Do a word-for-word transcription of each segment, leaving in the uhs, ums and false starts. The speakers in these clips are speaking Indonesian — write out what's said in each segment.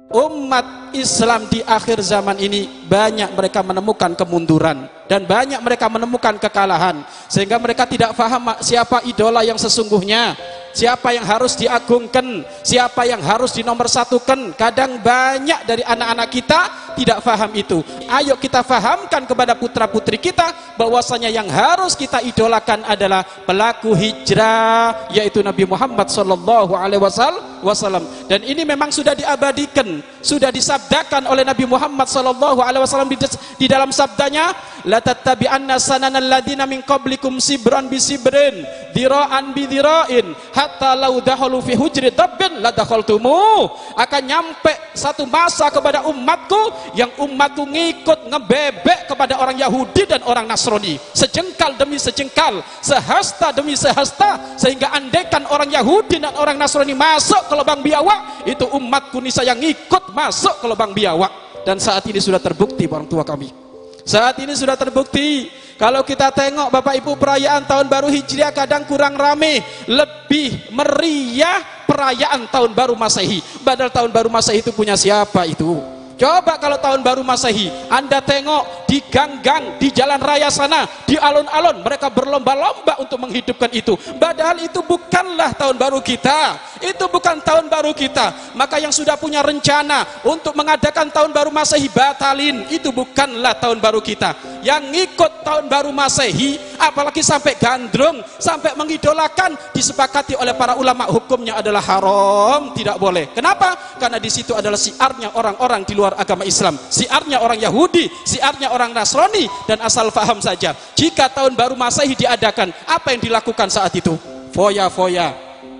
Umat Islam di akhir zaman ini banyak mereka menemukan kemunduran dan banyak mereka menemukan kekalahan, sehingga mereka tidak paham siapa idola yang sesungguhnya, siapa yang harus diagungkan, siapa yang harus dinomorsatukan. Kadang banyak dari anak-anak kita tidak paham itu. Ayo kita fahamkan kepada putra putri kita bahwasanya yang harus kita idolakan adalah pelaku hijrah, yaitu Nabi Muhammad Shallallahu Alaihi Wasallam. Dan ini memang sudah diabadikan, sudah disabdakan oleh Nabi Muhammad Shallallahu Alaihi Wasallam di, di dalam sabdanya, la tattabi'anna sananal ladina min qablikum sibran bi sibrin dira'an bi dira'in hatta law dakhalu fi hujri dabbin la dakhaltumu. Akan nyampe satu masa kepada umatku yang umatku ngikut ngebebek kepada orang Yahudi dan orang Nasrani, sejengkal demi sejengkal, sehasta demi sehasta, sehingga andaikan orang Yahudi dan orang Nasrani masuk ke lubang biawak, itu umatku niscaya ngikut masuk ke lubang biawak. Dan saat ini sudah terbukti orang tua kami, saat ini sudah terbukti. Kalau kita tengok Bapak Ibu, perayaan tahun baru Hijriah kadang kurang rame, lebih meriah perayaan tahun baru Masehi. Padahal tahun baru Masehi itu punya siapa itu? Coba kalau tahun baru Masehi Anda tengok di gang-gang, di jalan raya sana, di alun-alun, mereka berlomba-lomba untuk menghidupkan itu. Padahal itu bukanlah tahun baru kita, itu bukan tahun baru kita. Maka yang sudah punya rencana untuk mengadakan tahun baru Masehi, batalin, itu bukanlah tahun baru kita. Yang ngikut tahun baru Masehi, apalagi sampai gandrung, sampai mengidolakan, disepakati oleh para ulama hukumnya adalah haram, tidak boleh. Kenapa? Karena di situ adalah siarnya orang-orang di luar agama Islam, siarnya orang Yahudi, siarnya orang Nasrani. Dan asal faham saja, jika tahun baru Masehi diadakan, apa yang dilakukan saat itu? Foya-foya,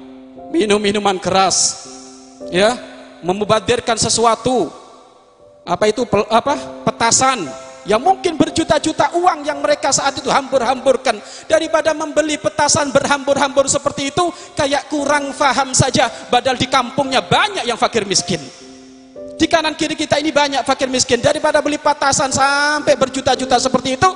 minum minuman keras, ya, memubadirkan sesuatu, apa itu, apa, petasan, yang mungkin berjuta-juta uang yang mereka saat itu hambur-hamburkan. Daripada membeli petasan berhambur-hambur seperti itu, kayak kurang faham saja. Padahal di kampungnya banyak yang fakir miskin, di kanan kiri kita ini banyak fakir miskin. Daripada beli petasan sampai berjuta-juta seperti itu,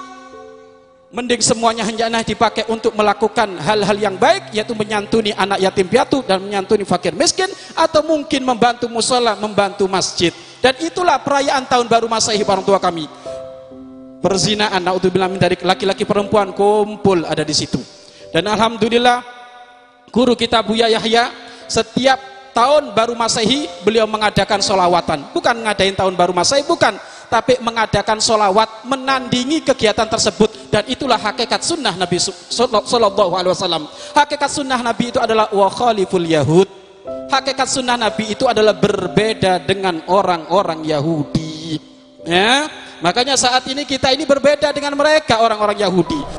mending semuanya hanya dipakai untuk melakukan hal-hal yang baik, yaitu menyantuni anak yatim piatu dan menyantuni fakir miskin, atau mungkin membantu musola, membantu masjid. Dan itulah perayaan tahun baru Masehi orang tua kami. Perzinaan, naudzubillah min dzalik, laki-laki perempuan kumpul ada di situ. Dan alhamdulillah guru kita Buya Yahya setiap tahun baru Masehi beliau mengadakan solawatan, bukan ngadain tahun baru Masehi, bukan, tapi mengadakan solawat menandingi kegiatan tersebut. Dan itulah hakikat sunnah Nabi Sallallahu Alaihi Wasallam. Hakikat sunnah Nabi itu adalah wa khaliful yahud. Hakikat sunnah Nabi itu adalah berbeda dengan orang-orang Yahudi, ya. Makanya saat ini kita ini berbeda dengan mereka, orang-orang Yahudi.